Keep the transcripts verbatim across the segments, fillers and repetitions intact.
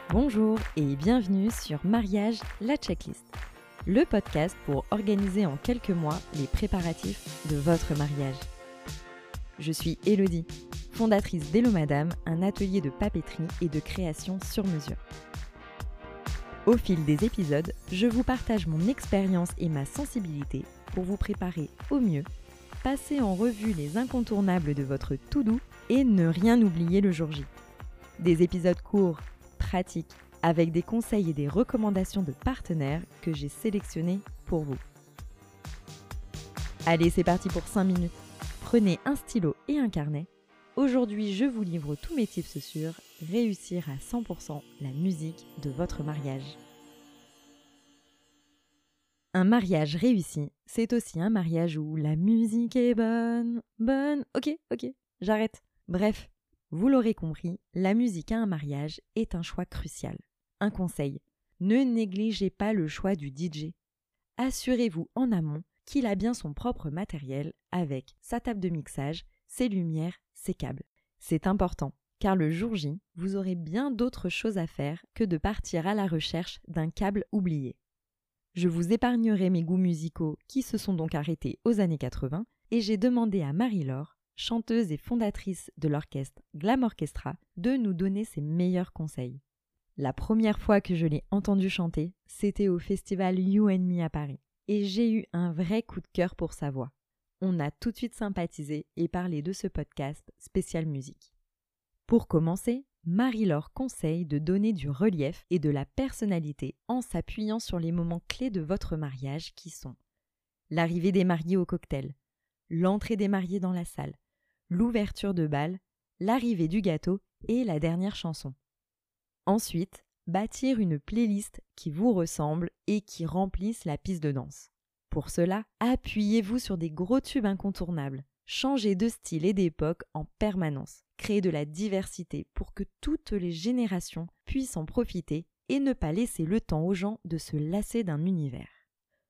Bonjour et bienvenue sur Mariage, la checklist, le podcast pour organiser en quelques mois les préparatifs de votre mariage. Je suis Élodie, fondatrice d'Hello Madame, un atelier de papeterie et de création sur mesure. Au fil des épisodes, je vous partage mon expérience et ma sensibilité pour vous préparer au mieux, passer en revue les incontournables de votre to-do et ne rien oublier le jour J. Des épisodes courts, pratiques, avec des conseils et des recommandations de partenaires que j'ai sélectionnés pour vous. Allez, c'est parti pour cinq minutes. Prenez un stylo et un carnet. Aujourd'hui, je vous livre tous mes tips sur réussir à cent pour cent la musique de votre mariage. Un mariage réussi, c'est aussi un mariage où la musique est bonne, bonne, ok, ok, j'arrête. Bref, vous l'aurez compris, la musique à un mariage est un choix crucial. Un conseil, ne négligez pas le choix du D J. Assurez-vous en amont qu'il a bien son propre matériel avec sa table de mixage, ses lumières, ses câbles. C'est important, car le jour J, vous aurez bien d'autres choses à faire que de partir à la recherche d'un câble oublié. Je vous épargnerai mes goûts musicaux qui se sont donc arrêtés aux années quatre-vingts et j'ai demandé à Marie-Laure, chanteuse et fondatrice de l'orchestre Glam Orchestra, de nous donner ses meilleurs conseils. La première fois que je l'ai entendue chanter, c'était au festival You and Me à Paris. Et j'ai eu un vrai coup de cœur pour sa voix. On a tout de suite sympathisé et parlé de ce podcast spécial musique. Pour commencer, Marie-Laure conseille de donner du relief et de la personnalité en s'appuyant sur les moments clés de votre mariage qui sont l'arrivée des mariés au cocktail, l'entrée des mariés dans la salle, l'ouverture de bal, l'arrivée du gâteau et la dernière chanson. Ensuite, bâtir une playlist qui vous ressemble et qui remplisse la piste de danse. Pour cela, appuyez-vous sur des gros tubes incontournables. Changez de style et d'époque en permanence. Créez de la diversité pour que toutes les générations puissent en profiter et ne pas laisser le temps aux gens de se lasser d'un univers.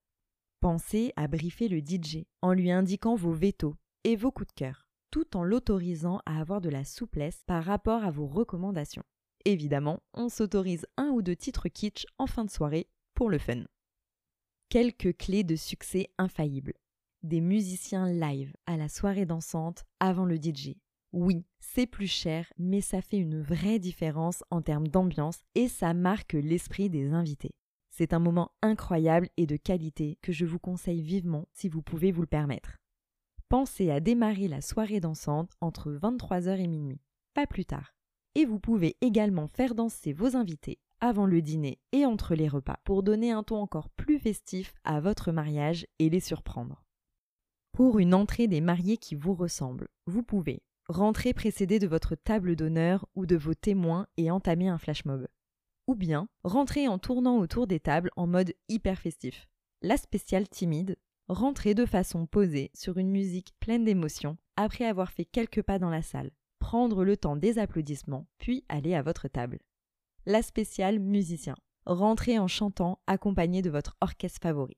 Pensez à briefer le D J en lui indiquant vos vétos et vos coups de cœur, tout en l'autorisant à avoir de la souplesse par rapport à vos recommandations. Évidemment, on s'autorise un ou deux titres kitsch en fin de soirée pour le fun. Quelques clés de succès infaillibles. Des musiciens live à la soirée dansante avant le D J. Oui, c'est plus cher, mais ça fait une vraie différence en termes d'ambiance et ça marque l'esprit des invités. C'est un moment incroyable et de qualité que je vous conseille vivement si vous pouvez vous le permettre. Pensez à démarrer la soirée dansante entre vingt-trois heures et minuit, pas plus tard. Et vous pouvez également faire danser vos invités avant le dîner et entre les repas pour donner un ton encore plus festif à votre mariage et les surprendre. Pour une entrée des mariés qui vous ressemble, vous pouvez rentrer précédé de votre table d'honneur ou de vos témoins et entamer un flash mob. Ou bien rentrer en tournant autour des tables en mode hyper festif. La spéciale timide, rentrer de façon posée sur une musique pleine d'émotion après avoir fait quelques pas dans la salle. Prendre le temps des applaudissements, puis aller à votre table. La spéciale musicien. Rentrez en chantant accompagné de votre orchestre favori.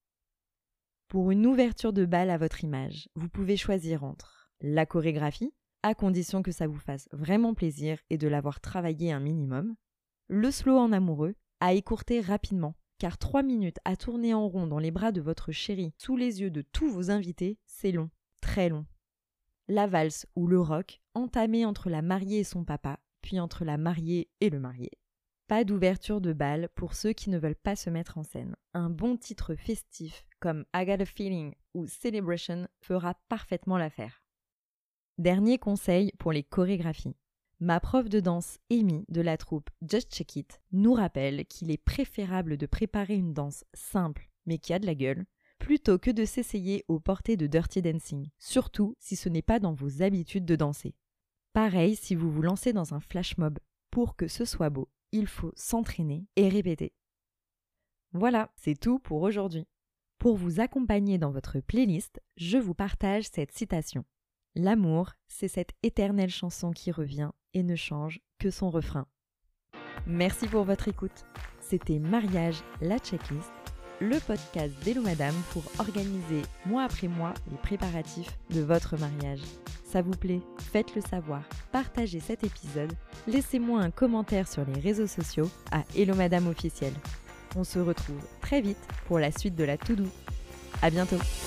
Pour une ouverture de bal à votre image, vous pouvez choisir entre la chorégraphie, à condition que ça vous fasse vraiment plaisir et de l'avoir travaillé un minimum, le slow en amoureux, à écourter rapidement, car trois minutes à tourner en rond dans les bras de votre chéri sous les yeux de tous vos invités, c'est long, très long. La valse ou le rock, entamé entre la mariée et son papa, puis entre la mariée et le marié. Pas d'ouverture de bal pour ceux qui ne veulent pas se mettre en scène. Un bon titre festif comme I Got a Feeling ou Celebration fera parfaitement l'affaire. Dernier conseil pour les chorégraphies. Ma prof de danse Amy de la troupe Just Check It nous rappelle qu'il est préférable de préparer une danse simple mais qui a de la gueule plutôt que de s'essayer aux portées de Dirty Dancing, surtout si ce n'est pas dans vos habitudes de danser. Pareil si vous vous lancez dans un flash mob. Pour que ce soit beau, il faut s'entraîner et répéter. Voilà, c'est tout pour aujourd'hui. Pour vous accompagner dans votre playlist, je vous partage cette citation. L'amour, c'est cette éternelle chanson qui revient et ne change que son refrain. Merci pour votre écoute. C'était Mariage, la checklist. le podcast d'Hello Madame pour organiser mois après mois les préparatifs de votre mariage. Ça vous plaît? Faites-le savoir, partagez cet épisode, laissez-moi un commentaire sur les réseaux sociaux à Hello Madame officiel. On se retrouve très vite pour la suite de la to-do. À bientôt!